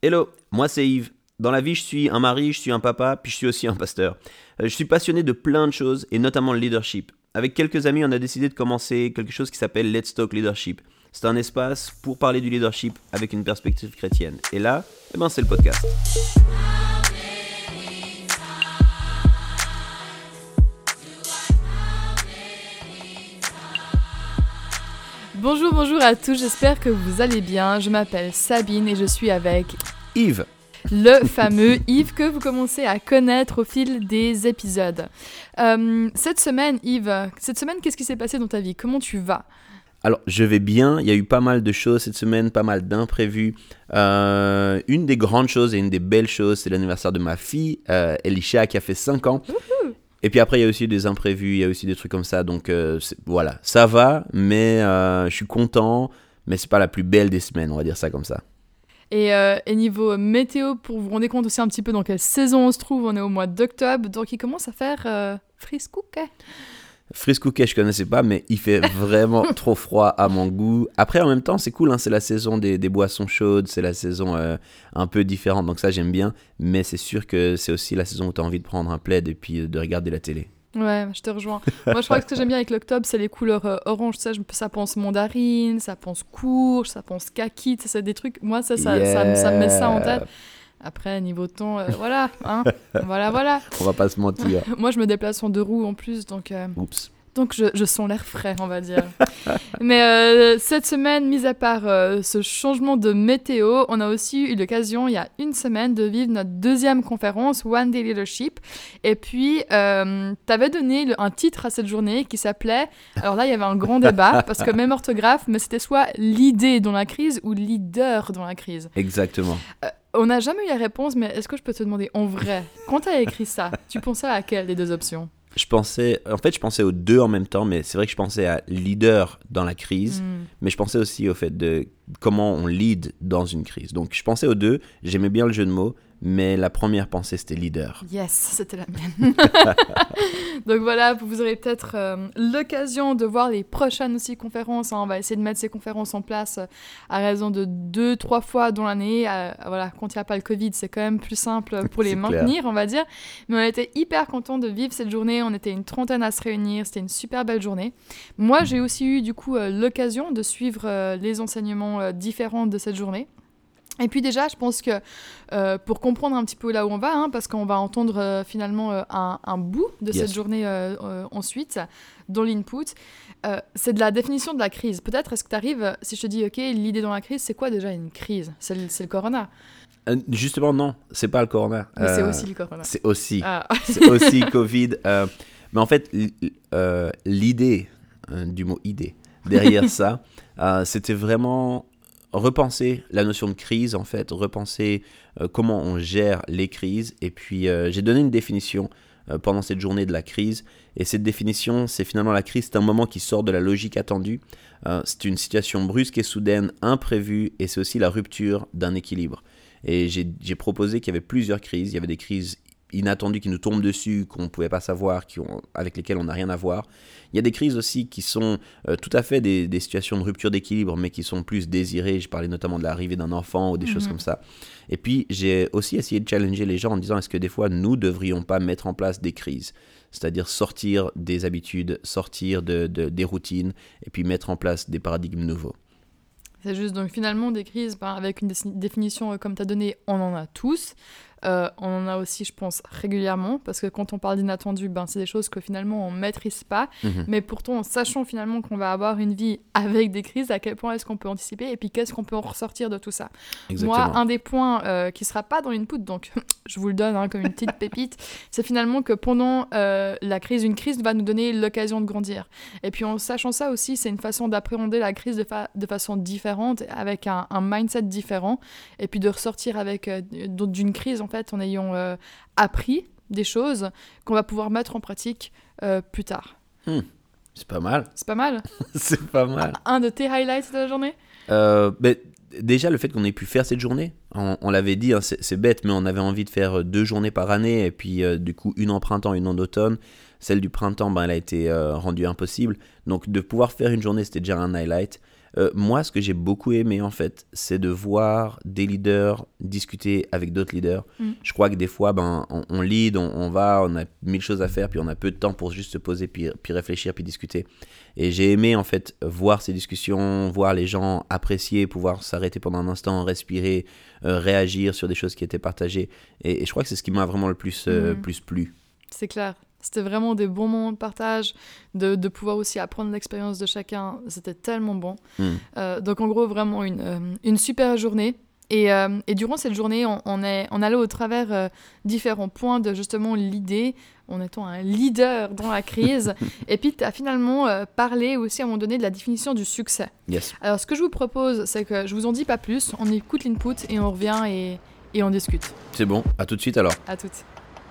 Hello, moi c'est Yves. Dans la vie, je suis un mari, je suis un papa, puis je suis aussi un pasteur. Je suis passionné de plein de choses, et notamment le leadership. Avec quelques amis, on a décidé de commencer quelque chose qui s'appelle Let's Talk Leadership. C'est un espace pour parler du leadership avec une perspective chrétienne. Et là, c'est le podcast. Bonjour à tous, j'espère que vous allez bien. Je m'appelle Sabine et je suis avec Yves. Le fameux Yves que vous commencez à connaître au fil des épisodes. Cette semaine, Yves, qu'est-ce qui s'est passé dans ta vie? Comment tu vas? Alors, je vais bien. Il y a eu pas mal de choses cette semaine, pas mal d'imprévus. Une des grandes choses et une des belles choses, c'est l'anniversaire de ma fille, Elisha, qui a fait 5 ans. Wouhou. Et puis après, il y a aussi des imprévus, il y a aussi des trucs comme ça. Donc voilà, ça va, mais je suis content. Mais c'est pas la plus belle des semaines, on va dire ça comme ça. Et niveau météo, pour vous rendre compte aussi un petit peu dans quelle saison on se trouve, on est au mois d'octobre, donc il commence à faire friscouquet. Friscouquet, je connaissais pas, mais il fait vraiment trop froid à mon goût. Après, en même temps, c'est cool, hein, c'est la saison des boissons chaudes, c'est la saison un peu différente, donc ça j'aime bien. Mais c'est sûr que c'est aussi la saison où tu as envie de prendre un plaid et puis de regarder la télé. Ouais, je te rejoins. Moi, je crois que ce que j'aime bien avec l'octobre, c'est les couleurs orange. Tu sais, ça pense mandarine, ça pense courge, ça pense kaki, c'est des trucs. Moi, ça me met ça en tête. Après, niveau temps, voilà, hein, voilà. On va pas se mentir. Moi, je me déplace en 2 roues en plus, donc... Oups. Donc je sens l'air frais, on va dire. Mais cette semaine, mis à part ce changement de météo, on a aussi eu l'occasion, il y a une semaine, de vivre notre 2e conférence, One Day Leadership. Et puis, t'avais donné un titre à cette journée qui s'appelait... Alors là, il y avait un grand débat, parce que même orthographe, mais c'était soit l'idée dans la crise ou leader dans la crise. Exactement. On n'a jamais eu la réponse, mais est-ce que je peux te demander, en vrai, quand t'as écrit ça, tu pensais à quelle des 2 options ? Je pensais aux 2 en même temps, mais c'est vrai que je pensais à leader dans la crise, mais je pensais aussi au fait de comment on lead dans une crise. Donc je pensais aux 2, j'aimais bien le jeu de mots, mais la première pensée c'était leader. Yes, c'était la mienne. Donc voilà, vous aurez peut-être l'occasion de voir les prochaines aussi conférences. Hein. On va essayer de mettre ces conférences en place à raison de 2-3 fois dans l'année. Voilà, quand il n'y a pas le Covid, c'est quand même plus simple pour les maintenir, clair. On va dire. Mais on était hyper contents de vivre cette journée. On était une trentaine à se réunir. C'était une super belle journée. Moi, j'ai aussi eu du coup l'occasion de suivre les enseignements différents de cette journée. Et puis déjà, je pense que pour comprendre un petit peu là où on va, hein, parce qu'on va entendre finalement un bout de cette journée ensuite, dans l'input, c'est de la définition de la crise. Peut-être, est-ce que tu arrives, si je te dis, OK, l'idée dans la crise, c'est quoi déjà une crise ? C'est le corona. Justement, non, c'est pas le corona. Mais c'est aussi le corona. C'est aussi Covid. Mais en fait, l'idée du mot idée derrière ça, c'était vraiment... repenser la notion de crise, en fait, repenser comment on gère les crises. Et puis, j'ai donné une définition pendant cette journée de la crise. Et cette définition, c'est finalement la crise, c'est un moment qui sort de la logique attendue. C'est une situation brusque et soudaine, imprévue, et c'est aussi la rupture d'un équilibre. Et j'ai proposé qu'il y avait plusieurs crises. Il y avait des crises inattendues qui nous tombent dessus, qu'on ne pouvait pas savoir, avec lesquelles on n'a rien à voir. Il y a des crises aussi qui sont tout à fait des situations de rupture d'équilibre, mais qui sont plus désirées. Je parlais notamment de l'arrivée d'un enfant ou des choses comme ça. Et puis, j'ai aussi essayé de challenger les gens en disant, est-ce que des fois, nous ne devrions pas mettre en place des crises ? C'est-à-dire sortir des habitudes, sortir des routines, et puis mettre en place des paradigmes nouveaux. C'est juste, donc finalement, des crises, avec une définition comme tu as donné, on en a tous. On en a aussi, je pense, régulièrement, parce que quand on parle d'inattendu, c'est des choses que finalement on ne maîtrise pas, mais pourtant, en sachant finalement qu'on va avoir une vie avec des crises, à quel point est-ce qu'on peut anticiper, et puis qu'est-ce qu'on peut en ressortir de tout ça. Exactement. Moi, un des points qui ne sera pas dans l'input, donc je vous le donne comme une petite pépite, c'est finalement que pendant la crise, une crise va nous donner l'occasion de grandir. Et puis en sachant ça aussi, c'est une façon d'appréhender la crise de façon différente, avec un mindset différent, et puis de ressortir avec d'une crise, en fait, en ayant appris des choses qu'on va pouvoir mettre en pratique plus tard. C'est pas mal. C'est pas mal. C'est pas mal. Un de tes highlights de la journée ? Déjà, le fait qu'on ait pu faire cette journée, on l'avait dit, hein, c'est bête, mais on avait envie de faire 2 journées par année, et puis du coup, une en printemps, une en automne. Celle du printemps, elle a été rendue impossible. Donc, de pouvoir faire une journée, c'était déjà un highlight. Moi, ce que j'ai beaucoup aimé, en fait, c'est de voir des leaders discuter avec d'autres leaders. Je crois que des fois, on lead, on a 1000 choses à faire, puis on a peu de temps pour juste se poser, puis réfléchir, puis discuter. Et j'ai aimé, en fait, voir ces discussions, voir les gens apprécier, pouvoir s'arrêter pendant un instant, respirer, réagir sur des choses qui étaient partagées. Et je crois que c'est ce qui m'a vraiment le plus plu. C'est clair. C'était vraiment des bons moments de partage, de pouvoir aussi apprendre l'expérience de chacun. C'était tellement bon. Donc en gros, vraiment une super journée. Et durant cette journée, on allait au travers différents points de justement l'idée, en étant un leader dans la crise. Et puis tu as finalement parlé aussi à un moment donné de la définition du succès. Yes. Alors ce que je vous propose, c'est que je vous en dis pas plus. On écoute l'input et on revient et on discute. C'est bon, à tout de suite alors. À toutes.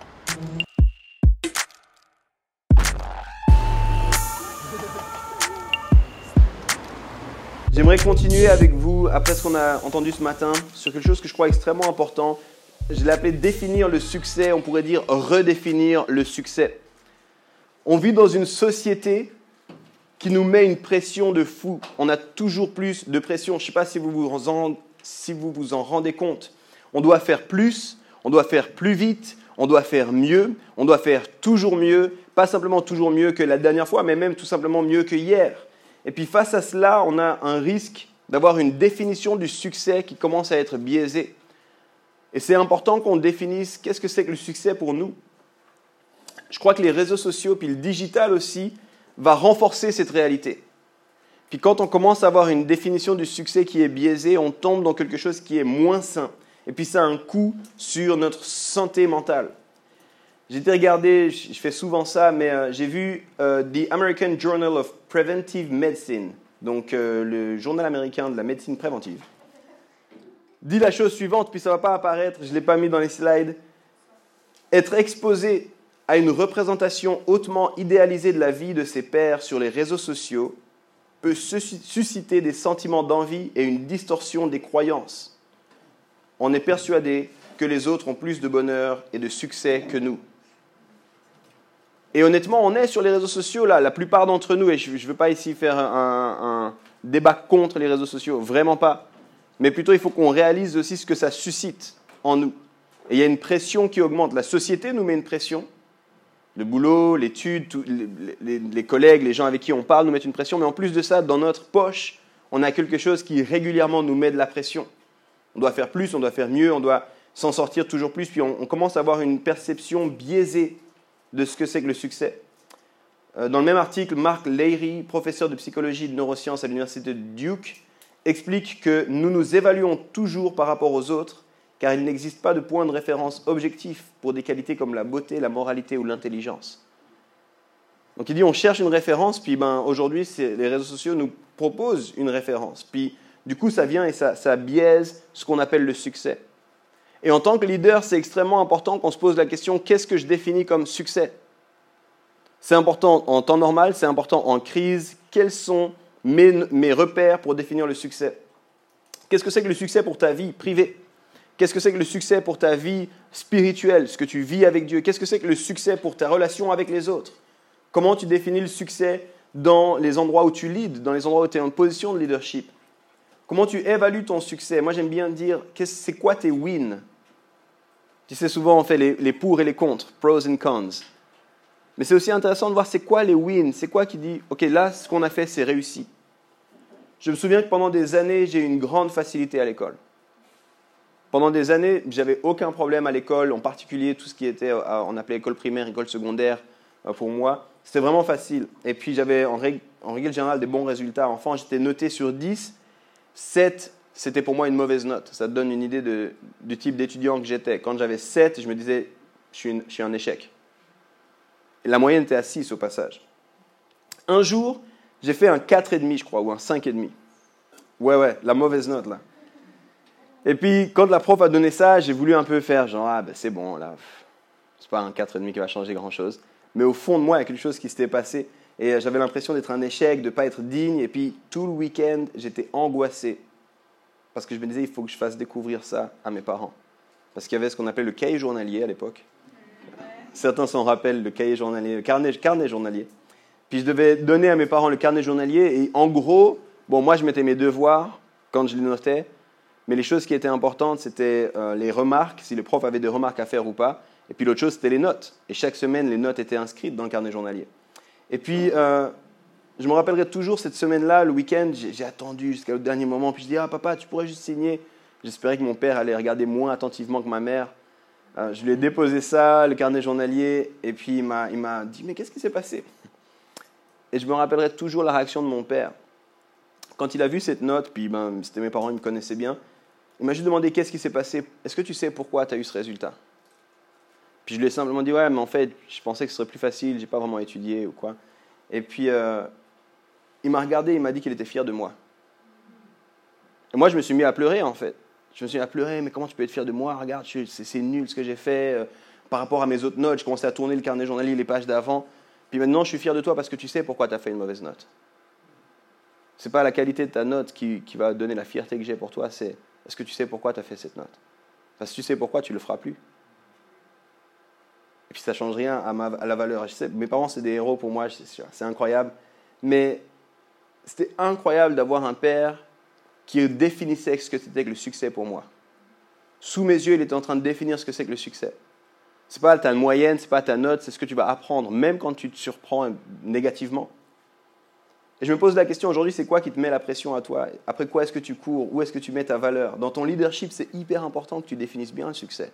J'aimerais continuer avec vous, après ce qu'on a entendu ce matin, sur quelque chose que je crois extrêmement important. Je l'ai appelé définir le succès, on pourrait dire redéfinir le succès. On vit dans une société qui nous met une pression de fou. On a toujours plus de pression. Je ne sais pas si vous vous en rendez compte. On doit faire plus, on doit faire plus vite, on doit faire mieux, on doit faire toujours mieux, pas simplement toujours mieux que la dernière fois, mais même tout simplement mieux que hier. Et puis face à cela, on a un risque d'avoir une définition du succès qui commence à être biaisée. Et c'est important qu'on définisse qu'est-ce que c'est que le succès pour nous. Je crois que les réseaux sociaux, puis le digital aussi, va renforcer cette réalité. Puis quand on commence à avoir une définition du succès qui est biaisée, on tombe dans quelque chose qui est moins sain. Et puis ça a un coût sur notre santé mentale. J'ai été regarder, je fais souvent ça, mais j'ai vu The American Journal of Preventive Medicine, donc le journal américain de la médecine préventive, dit la chose suivante, puis ça ne va pas apparaître, je ne l'ai pas mis dans les slides. Être exposé à une représentation hautement idéalisée de la vie de ses pairs sur les réseaux sociaux peut susciter des sentiments d'envie et une distorsion des croyances. On est persuadé que les autres ont plus de bonheur et de succès que nous. Et honnêtement, on est sur les réseaux sociaux, là, la plupart d'entre nous, et je ne veux pas ici faire un débat contre les réseaux sociaux, vraiment pas. Mais plutôt, il faut qu'on réalise aussi ce que ça suscite en nous. Et il y a une pression qui augmente. La société nous met une pression. Le boulot, l'étude, les collègues, les gens avec qui on parle nous mettent une pression. Mais en plus de ça, dans notre poche, on a quelque chose qui régulièrement nous met de la pression. On doit faire plus, on doit faire mieux, on doit s'en sortir toujours plus. Puis on commence à avoir une perception biaisée de ce que c'est que le succès. Dans le même article, Mark Leary, professeur de psychologie et de neurosciences à l'université de Duke, explique que nous nous évaluons toujours par rapport aux autres, car il n'existe pas de point de référence objectif pour des qualités comme la beauté, la moralité ou l'intelligence. Donc il dit on cherche une référence, puis aujourd'hui les réseaux sociaux nous proposent une référence. Puis du coup ça vient et ça biaise ce qu'on appelle le succès. Et en tant que leader, c'est extrêmement important qu'on se pose la question, qu'est-ce que je définis comme succès ? C'est important en temps normal, c'est important en crise. Quels sont mes repères pour définir le succès ? Qu'est-ce que c'est que le succès pour ta vie privée ? Qu'est-ce que c'est que le succès pour ta vie spirituelle, ce que tu vis avec Dieu ? Qu'est-ce que c'est que le succès pour ta relation avec les autres ? Comment tu définis le succès dans les endroits où tu leads, dans les endroits où tu es en position de leadership ? Comment tu évalues ton succès ? Moi, j'aime bien dire, c'est quoi tes wins ? Tu sais, souvent, on fait les pour et les contre, pros and cons. Mais c'est aussi intéressant de voir c'est quoi les wins, c'est quoi qui dit, OK, là, ce qu'on a fait, c'est réussi. Je me souviens que pendant des années, j'ai eu une grande facilité à l'école. Pendant des années, j'avais aucun problème à l'école, en particulier tout ce qui était, on appelait école primaire, école secondaire, pour moi. C'était vraiment facile. Et puis, j'avais en règle générale des bons résultats. Enfant, j'étais noté sur 10, 7, c'était pour moi une mauvaise note. Ça te donne une idée du type d'étudiant que j'étais. Quand j'avais 7, je me disais, je suis un échec. Et la moyenne était à 6 au passage. Un jour, j'ai fait un 4,5, je crois, ou un 5,5. Ouais, la mauvaise note, là. Et puis, quand la prof a donné ça, j'ai voulu un peu faire genre, c'est bon, là, c'est pas un 4,5 qui va changer grand-chose. Mais au fond de moi, il y a quelque chose qui s'était passé. Et j'avais l'impression d'être un échec, de ne pas être digne. Et puis, tout le week-end, j'étais angoissé. Parce que je me disais, il faut que je fasse découvrir ça à mes parents. Parce qu'il y avait ce qu'on appelait le cahier journalier à l'époque. Certains s'en rappellent, le cahier journalier, le carnet journalier. Puis je devais donner à mes parents le carnet journalier. Et en gros, Bon, moi, je mettais mes devoirs quand je les notais, mais les choses qui étaient importantes, c'était les remarques, si le prof avait des remarques à faire ou pas. Et puis l'autre chose, c'était les notes. Et chaque semaine, les notes étaient inscrites dans le carnet journalier. Et puis, je me rappellerai toujours cette semaine-là, le week-end, j'ai attendu jusqu'au dernier moment. Puis je dis, ah papa, tu pourrais juste signer. J'espérais que mon père allait regarder moins attentivement que ma mère. Je lui ai déposé ça, le carnet journalier, et puis il m'a dit, mais qu'est-ce qui s'est passé? Et je me rappellerai toujours la réaction de mon père. Quand il a vu cette note, puis c'était mes parents, ils me connaissaient bien, il m'a juste demandé, qu'est-ce qui s'est passé? Est-ce que tu sais pourquoi tu as eu ce résultat? Puis je lui ai simplement dit, ouais, mais en fait, je pensais que ce serait plus facile, j'ai pas vraiment étudié ou quoi. Et puis, il m'a regardé, il m'a dit qu'il était fier de moi. Et moi, je me suis mis à pleurer, en fait. Je me suis mis à pleurer, mais comment tu peux être fier de moi? Regarde, c'est nul ce que j'ai fait. Par rapport à mes autres notes, je commençais à tourner le carnet journalier, les pages d'avant. Puis maintenant, je suis fier de toi parce que tu sais pourquoi tu as fait une mauvaise note. Ce n'est pas la qualité de ta note qui va donner la fierté que j'ai pour toi, c'est est-ce que tu sais pourquoi tu as fait cette note? Parce que si tu sais pourquoi, tu ne le feras plus. Et puis ça ne change rien à la valeur. Je sais, mes parents, c'est des héros pour moi, c'est incroyable. Mais c'était incroyable d'avoir un père qui définissait ce que c'était que le succès pour moi. Sous mes yeux, il était en train de définir ce que c'est que le succès. Ce n'est pas ta moyenne, ce n'est pas ta note, c'est ce que tu vas apprendre, même quand tu te surprends négativement. Et je me pose la question aujourd'hui, c'est quoi qui te met la pression à toi? Après quoi est-ce que tu cours? Où est-ce que tu mets ta valeur? Dans ton leadership, c'est hyper important que tu définisses bien le succès.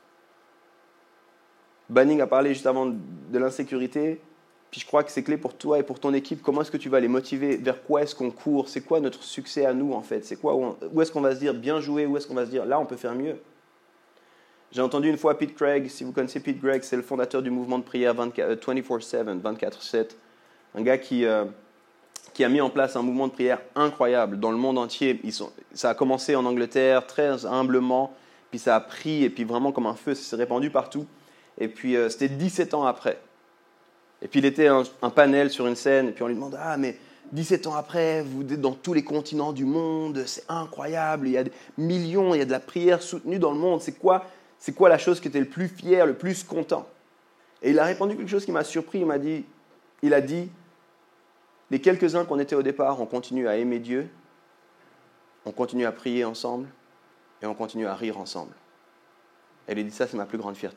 Banning a parlé juste avant de l'insécurité. Puis je crois que c'est clé pour toi et pour ton équipe. Comment est-ce que tu vas les motiver? Vers quoi est-ce qu'on court? C'est quoi notre succès à nous en fait? C'est quoi, où est-ce qu'on va se dire bien joué? Où est-ce qu'on va se dire là on peut faire mieux? J'ai entendu une fois Pete Greig. Si vous connaissez Pete Greig, c'est le fondateur du mouvement de prière 24/7, 24/7. Un gars qui a mis en place un mouvement de prière incroyable dans le monde entier. Ça a commencé en Angleterre très humblement, puis ça a pris et puis vraiment comme un feu, ça s'est répandu partout. Et puis c'était 17 ans après. Et puis il était un panel sur une scène, et puis on lui demande « Ah, mais 17 ans après, vous êtes dans tous les continents du monde, c'est incroyable, il y a des millions, il y a de la prière soutenue dans le monde, c'est quoi la chose qui était le plus fier, le plus content ?» Et il a répondu quelque chose qui m'a surpris, il a dit « Les quelques-uns qu'on était au départ, on continue à aimer Dieu, on continue à prier ensemble, et on continue à rire ensemble. » Et il a dit « Ça, c'est ma plus grande fierté. »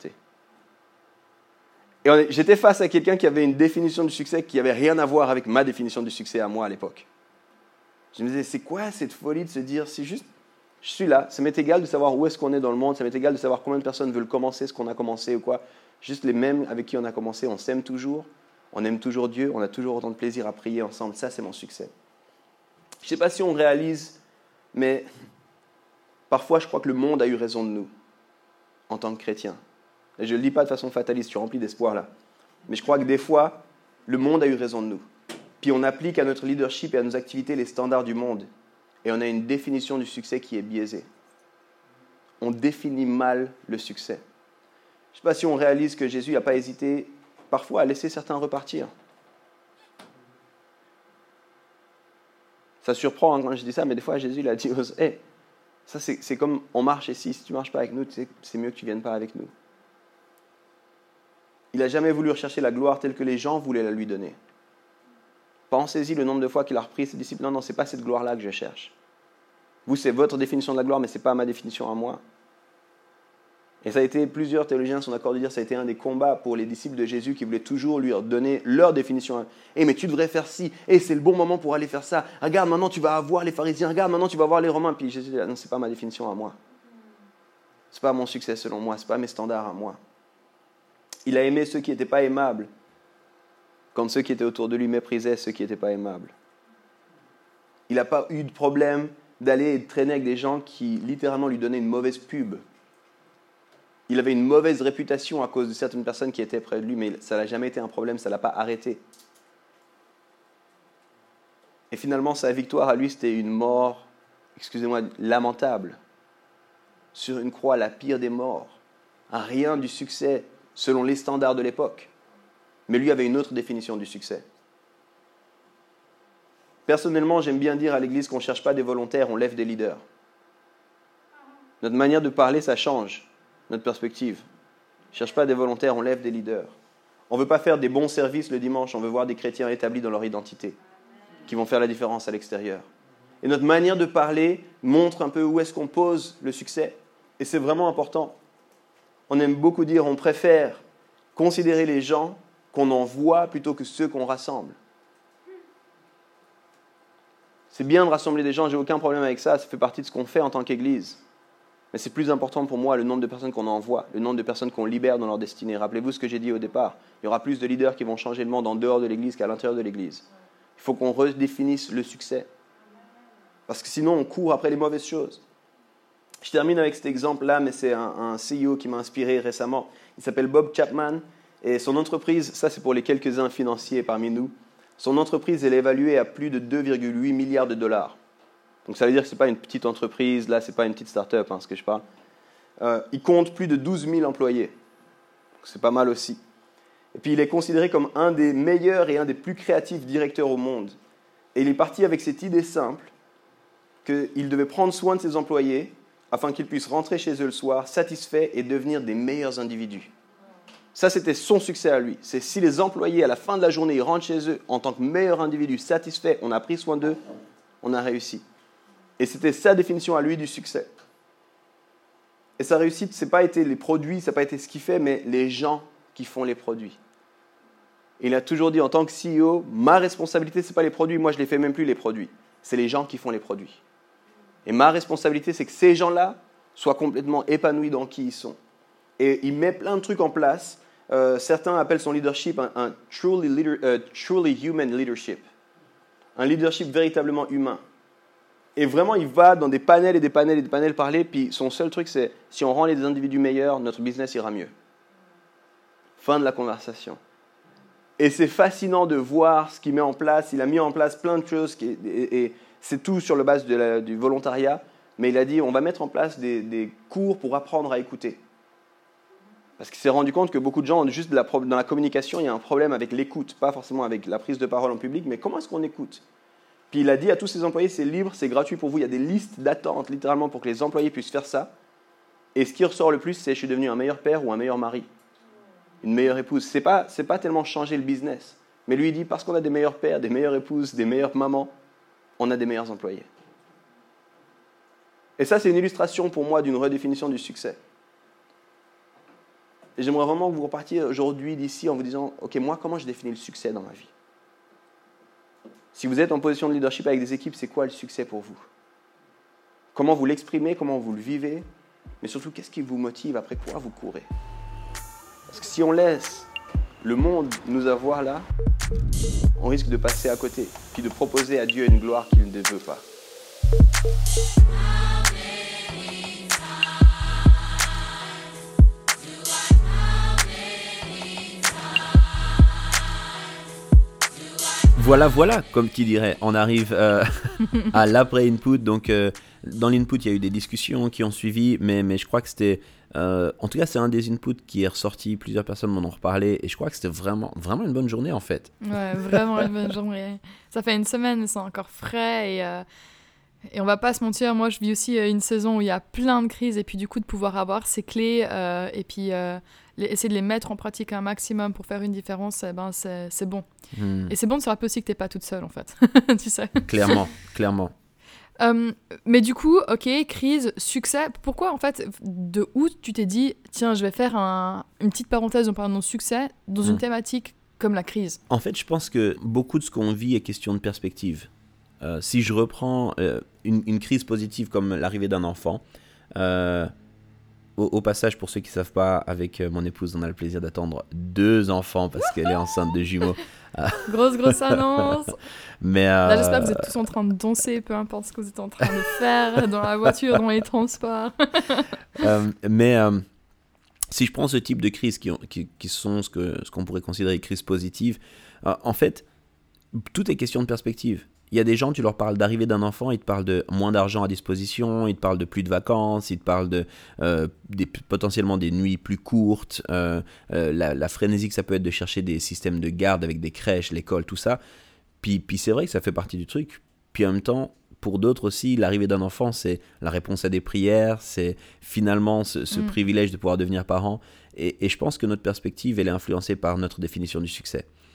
Et j'étais face à quelqu'un qui avait une définition du succès qui n'avait rien à voir avec ma définition du succès à moi à l'époque. Je me disais, c'est quoi cette folie de se dire, c'est juste, je suis là, ça m'est égal de savoir où est-ce qu'on est dans le monde, ça m'est égal de savoir combien de personnes veulent commencer ce qu'on a commencé ou quoi. Juste les mêmes avec qui on a commencé, on s'aime toujours, on aime toujours Dieu, on a toujours autant de plaisir à prier ensemble. Ça, c'est mon succès. Je ne sais pas si on réalise, mais parfois, je crois que le monde a eu raison de nous en tant que chrétiens. Et je ne le dis pas de façon fataliste, je suis rempli d'espoir là. Mais je crois que des fois, le monde a eu raison de nous. Puis on applique à notre leadership et à nos activités les standards du monde. Et on a une définition du succès qui est biaisée. On définit mal le succès. Je ne sais pas si on réalise que Jésus n'a pas hésité parfois à laisser certains repartir. Ça surprend quand je dis ça, mais des fois Jésus il a dit « Hey, ça c'est comme on marche ici, si tu ne marches pas avec nous, c'est mieux que tu ne viennes pas avec nous. » Il n'a jamais voulu rechercher la gloire telle que les gens voulaient la lui donner. Pensez-y le nombre de fois qu'il a repris ses disciples. Non, ce n'est pas cette gloire-là que je cherche. Vous, c'est votre définition de la gloire, mais ce n'est pas ma définition à moi. Et ça a été, plusieurs théologiens sont d'accord de dire, ça a été un des combats pour les disciples de Jésus qui voulaient toujours lui donner leur définition. Mais tu devrais faire ci, c'est le bon moment pour aller faire ça. Regarde, maintenant tu vas avoir les pharisiens, regarde, maintenant tu vas voir les Romains. Puis Jésus dit, non, ce n'est pas ma définition à moi. Ce n'est pas mon succès selon moi, ce n'est pas mes standards à moi. Il a aimé ceux qui n'étaient pas aimables, quand ceux qui étaient autour de lui méprisaient ceux qui n'étaient pas aimables. Il n'a pas eu de problème d'aller et de traîner avec des gens qui littéralement lui donnaient une mauvaise pub. Il avait une mauvaise réputation à cause de certaines personnes qui étaient près de lui, mais ça n'a jamais été un problème, ça ne l'a pas arrêté. Et finalement, sa victoire à lui, c'était une mort, lamentable, sur une croix, la pire des morts. Rien du succès selon les standards de l'époque. Mais lui avait une autre définition du succès. Personnellement, j'aime bien dire à l'Église qu'on ne cherche pas des volontaires, on lève des leaders. Notre manière de parler, ça change notre perspective. On ne cherche pas des volontaires, on lève des leaders. On ne veut pas faire des bons services le dimanche, on veut voir des chrétiens établis dans leur identité, qui vont faire la différence à l'extérieur. Et notre manière de parler montre un peu où est-ce qu'on pose le succès. Et c'est vraiment important. On aime beaucoup dire, on préfère considérer les gens qu'on envoie plutôt que ceux qu'on rassemble. C'est bien de rassembler des gens, j'ai aucun problème avec ça, ça fait partie de ce qu'on fait en tant qu'Église. Mais c'est plus important pour moi le nombre de personnes qu'on envoie, le nombre de personnes qu'on libère dans leur destinée. Rappelez-vous ce que j'ai dit au départ, il y aura plus de leaders qui vont changer le monde en dehors de l'Église qu'à l'intérieur de l'Église. Il faut qu'on redéfinisse le succès. Parce que sinon, on court après les mauvaises choses. Je termine avec cet exemple-là, mais c'est un CEO qui m'a inspiré récemment. Il s'appelle Bob Chapman, et son entreprise, ça c'est pour les quelques-uns financiers parmi nous, son entreprise, elle est évaluée à plus de 2,8 milliards de dollars. Donc ça veut dire que ce n'est pas une petite entreprise, là, ce n'est pas une petite start-up, ce que je parle. Il compte plus de 12 000 employés. Donc c'est pas mal aussi. Et puis il est considéré comme un des meilleurs et un des plus créatifs directeurs au monde. Et il est parti avec cette idée simple qu'il devait prendre soin de ses employés afin qu'ils puissent rentrer chez eux le soir satisfaits et devenir des meilleurs individus. Ça, c'était son succès à lui. C'est si les employés, à la fin de la journée, ils rentrent chez eux en tant que meilleurs individus satisfaits, on a pris soin d'eux, on a réussi. Et c'était sa définition à lui du succès. Et sa réussite, ce n'a pas été les produits, ça n'a pas été ce qu'il fait, mais les gens qui font les produits. Et il a toujours dit, en tant que CEO, ma responsabilité, ce n'est pas les produits, moi je ne les fais même plus les produits. C'est les gens qui font les produits. Et ma responsabilité, c'est que ces gens-là soient complètement épanouis dans qui ils sont. Et il met plein de trucs en place. Certains appellent son leadership un truly human leadership. Un leadership véritablement humain. Et vraiment, il va dans des panels et des panels et des panels parler, puis son seul truc, c'est si on rend les individus meilleurs, notre business ira mieux. Fin de la conversation. Et c'est fascinant de voir ce qu'il met en place. Il a mis en place plein de choses, et c'est tout sur la base du volontariat, mais il a dit, on va mettre en place des cours pour apprendre à écouter. Parce qu'il s'est rendu compte que beaucoup de gens, juste dans la communication, il y a un problème avec l'écoute, pas forcément avec la prise de parole en public, mais comment est-ce qu'on écoute ? Puis il a dit à tous ses employés, c'est libre, c'est gratuit pour vous, il y a des listes d'attente littéralement pour que les employés puissent faire ça. Et ce qui ressort le plus, c'est je suis devenu un meilleur père ou un meilleur mari, une meilleure épouse. C'est pas tellement changer le business, mais lui il dit parce qu'on a des meilleurs pères, des meilleures épouses, des meilleures mamans, on a des meilleurs employés. Et ça, c'est une illustration pour moi d'une redéfinition du succès. Et j'aimerais vraiment que vous repartiez aujourd'hui d'ici en vous disant, ok, moi, comment je définis le succès dans ma vie ? Si vous êtes en position de leadership avec des équipes, c'est quoi le succès pour vous ? Comment vous l'exprimez, comment vous le vivez ? Mais surtout, qu'est-ce qui vous motive, après quoi vous courez ? Parce que si on laisse le monde nous avoir là, on risque de passer à côté, puis de proposer à Dieu une gloire qu'il ne veut pas. Voilà, comme tu dirais, on arrive à l'après-input. Donc, dans l'input, il y a eu des discussions qui ont suivi, mais je crois que c'était... en tout cas, c'est un des inputs qui est ressorti. Plusieurs personnes m'en ont reparlé, et je crois que c'était vraiment une bonne journée, en fait. Ouais, vraiment une bonne journée. Ça fait une semaine, c'est encore frais, et on va pas se mentir, moi, je vis aussi une saison où il y a plein de crises, et puis du coup, de pouvoir avoir ces clés, et puis... essayer de les mettre en pratique un maximum pour faire une différence, c'est bon. Et c'est bon de se rappeler aussi que t'es pas toute seule, en fait. Tu sais. Clairement. Mais du coup, ok, crise, succès. Pourquoi, en fait, de où tu t'es dit, tiens, je vais faire une petite parenthèse en parlant de succès dans une thématique comme la crise ? En fait, je pense que beaucoup de ce qu'on vit est question de perspective. Si je reprends une crise positive comme l'arrivée d'un enfant... Au passage, pour ceux qui ne savent pas, avec mon épouse, on a le plaisir d'attendre 2 enfants parce qu'elle est enceinte de jumeaux. Grosse annonce. Mais là, j'espère que vous êtes tous en train de danser, peu importe ce que vous êtes en train de faire, dans la voiture, dans les transports. Mais si je prends ce type de crises qui sont ce qu'on pourrait considérer crises positives, en fait, tout est question de perspective. Il y a des gens, tu leur parles d'arrivée d'un enfant, ils te parlent de moins d'argent à disposition, ils te parlent de plus de vacances, ils te parlent de potentiellement des nuits plus courtes, la frénésie que ça peut être de chercher des systèmes de garde avec des crèches, l'école, tout ça. Puis c'est vrai que ça fait partie du truc. Puis en même temps, pour d'autres aussi, l'arrivée d'un enfant, c'est la réponse à des prières, c'est finalement ce privilège de pouvoir devenir parent. Et je pense que notre perspective, elle est influencée par notre définition du succès.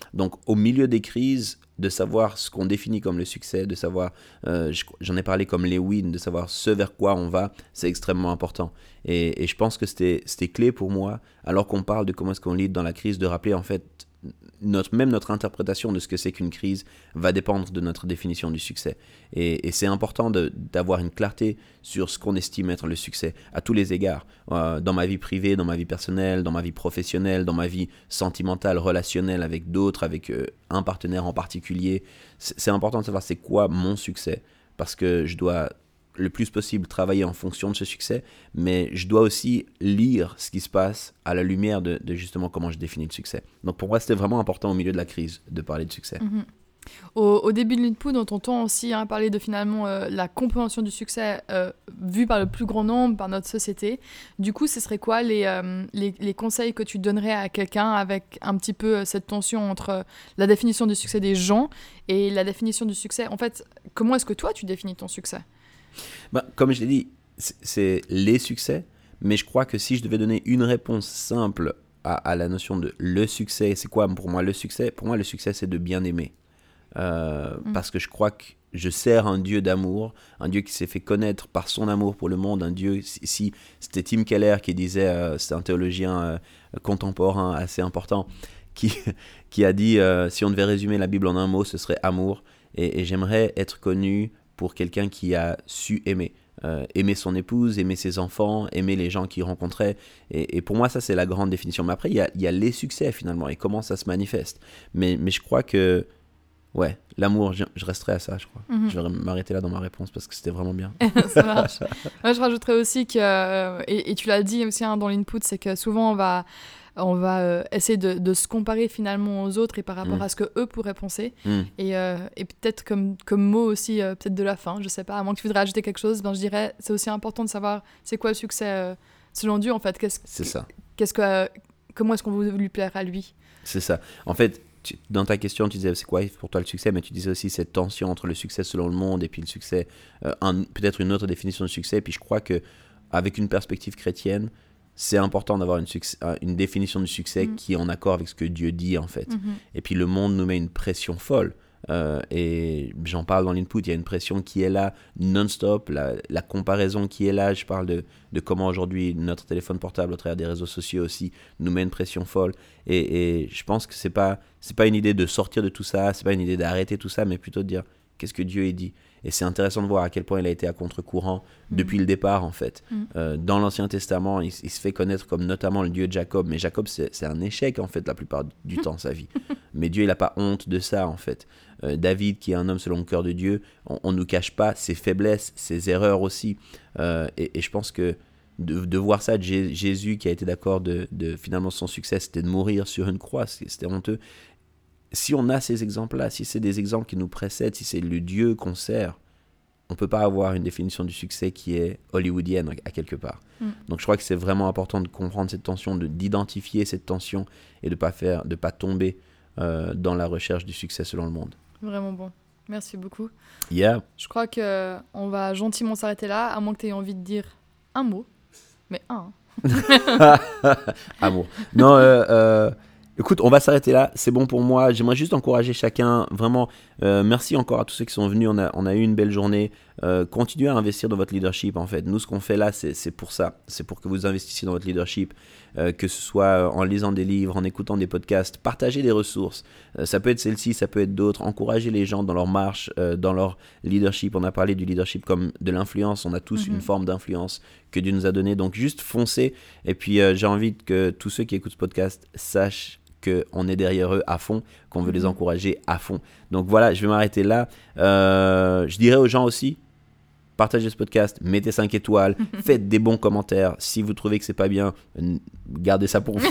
Donc, au milieu des crises, de savoir ce qu'on définit comme le succès, de savoir, j'en ai parlé comme les wins, de savoir ce vers quoi on va, c'est extrêmement important. Et je pense que c'était clé pour moi, alors qu'on parle de comment est-ce qu'on lead dans la crise, de rappeler en fait, même notre interprétation de ce que c'est qu'une crise va dépendre de notre définition du succès. Et c'est important d'avoir une clarté sur ce qu'on estime être le succès à tous les égards, dans ma vie privée, dans ma vie personnelle, dans ma vie professionnelle, dans ma vie sentimentale, relationnelle avec d'autres, avec un partenaire en particulier. C'est important de savoir c'est quoi mon succès, parce que je dois le plus possible travailler en fonction de ce succès, mais je dois aussi lire ce qui se passe à la lumière de justement comment je définis le succès. Donc pour moi, c'était vraiment important au milieu de la crise de parler de succès. Mm-hmm. Au début de l'Input, on t'entend aussi parler de finalement la compréhension du succès vue par le plus grand nombre, par notre société. Du coup, ce serait quoi les conseils que tu donnerais à quelqu'un avec un petit peu cette tension entre la définition du succès des gens et la définition du succès? En fait, comment est-ce que toi, tu définis ton succès? Comme je l'ai dit, c'est les succès, mais je crois que si je devais donner une réponse simple à la notion de le succès, c'est quoi pour moi le succès? Pour moi, le succès, c'est de bien aimer. Parce que je crois que je sers un Dieu d'amour, un Dieu qui s'est fait connaître par son amour pour le monde, un Dieu, si c'était Tim Keller qui disait, c'est un théologien contemporain assez important, qui a dit, si on devait résumer la Bible en un mot, ce serait amour, et j'aimerais être connu pour quelqu'un qui a su aimer. Aimer son épouse, aimer ses enfants, aimer les gens qu'il rencontrait. Et pour moi, ça, c'est la grande définition. Mais après, il y a les succès, finalement, et comment ça se manifeste. Mais je crois que, ouais, l'amour, je resterai à ça, je crois. Mm-hmm. Je vais m'arrêter là dans ma réponse, parce que c'était vraiment bien. Ça marche. Moi, je rajouterais aussi que, et tu l'as dit aussi dans l'Input, c'est que souvent, on va essayer de se comparer finalement aux autres et par rapport à ce qu'eux pourraient penser. Et peut-être comme mot aussi, peut-être de la fin, je sais pas, à moins que tu voudrais ajouter quelque chose, je dirais c'est aussi important de savoir c'est quoi le succès selon Dieu en fait. C'est ça. Comment est-ce qu'on veut lui plaire à lui? C'est ça. En fait, dans ta question, tu disais c'est quoi pour toi le succès, mais tu disais aussi cette tension entre le succès selon le monde et puis le succès, peut-être une autre définition de succès. Puis je crois qu'avec une perspective chrétienne, c'est important d'avoir une définition du succès qui est en accord avec ce que Dieu dit, en fait. Et puis le monde nous met une pression folle. Et j'en parle dans l'Input, il y a une pression qui est là, non-stop, la comparaison qui est là. Je parle de comment aujourd'hui notre téléphone portable, au travers des réseaux sociaux aussi, nous met une pression folle. Et je pense que c'est pas une idée de sortir de tout ça, c'est pas une idée d'arrêter tout ça, mais plutôt de dire qu'est-ce que Dieu a dit. Et c'est intéressant de voir à quel point il a été à contre-courant depuis le départ, en fait. Dans l'Ancien Testament, il se fait connaître comme notamment le Dieu de Jacob. Mais Jacob, c'est un échec, en fait, la plupart du temps, sa vie. Mais Dieu, il n'a pas honte de ça, en fait. David, qui est un homme selon le cœur de Dieu, on ne nous cache pas ses faiblesses, ses erreurs aussi. Et je pense que de voir ça de Jésus, qui a été d'accord de finalement, son succès, c'était de mourir sur une croix, c'était honteux. Si on a ces exemples-là, si c'est des exemples qui nous précèdent, si c'est le Dieu qu'on sert, on ne peut pas avoir une définition du succès qui est hollywoodienne à quelque part. Donc je crois que c'est vraiment important de comprendre cette tension, d'identifier cette tension et de pas tomber dans la recherche du succès selon le monde. Vraiment bon. Merci beaucoup. Yeah. Je crois qu'on va gentiment s'arrêter là, à moins que tu aies envie de dire un mot. Mais un. Amour. Non, écoute, on va s'arrêter là, c'est bon pour moi. J'aimerais juste encourager chacun, vraiment, merci encore à tous ceux qui sont venus, on a eu une belle journée. Continuez à investir dans votre leadership, en fait. Nous, ce qu'on fait là, c'est pour ça. C'est pour que vous investissiez dans votre leadership, que ce soit en lisant des livres, en écoutant des podcasts, partagez des ressources. Ça peut être celle-ci, ça peut être d'autres. Encouragez les gens dans leur marche, dans leur leadership. On a parlé du leadership comme de l'influence. On a tous une forme d'influence que Dieu nous a donnée. Donc, juste foncez. Et puis, j'ai envie que tous ceux qui écoutent ce podcast sachent qu'on est derrière eux à fond, qu'on veut les encourager à fond. Donc voilà, je vais m'arrêter là. Je dirais aux gens aussi, partagez ce podcast, mettez 5 étoiles, faites des bons commentaires. Si vous trouvez que c'est pas bien, gardez ça pour vous.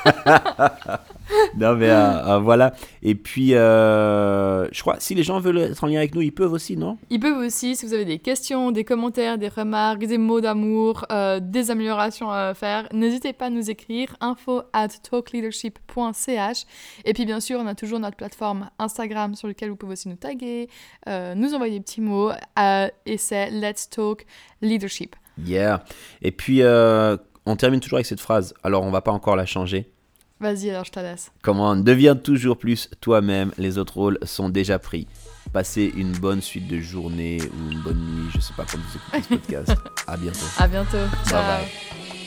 Non mais voilà. Et puis je crois si les gens veulent être en lien avec nous, ils peuvent aussi, non? Ils peuvent aussi. Si vous avez des questions, des commentaires, des remarques, des mots d'amour, des améliorations à faire, n'hésitez pas à nous écrire info@talkleadership.ch. Et puis bien sûr, on a toujours notre plateforme Instagram sur laquelle vous pouvez aussi nous taguer, nous envoyer des petits mots, et c'est Let's Talk Leadership. Yeah. Et puis on termine toujours avec cette phrase. Alors on va pas encore la changer. Vas-y, alors je te laisse. Comment deviens toujours plus toi-même, les autres rôles sont déjà pris. Passez une bonne suite de journée ou une bonne nuit, je sais pas quand vous écoutez ce podcast. À bientôt. À bientôt. Ciao. Bye bye.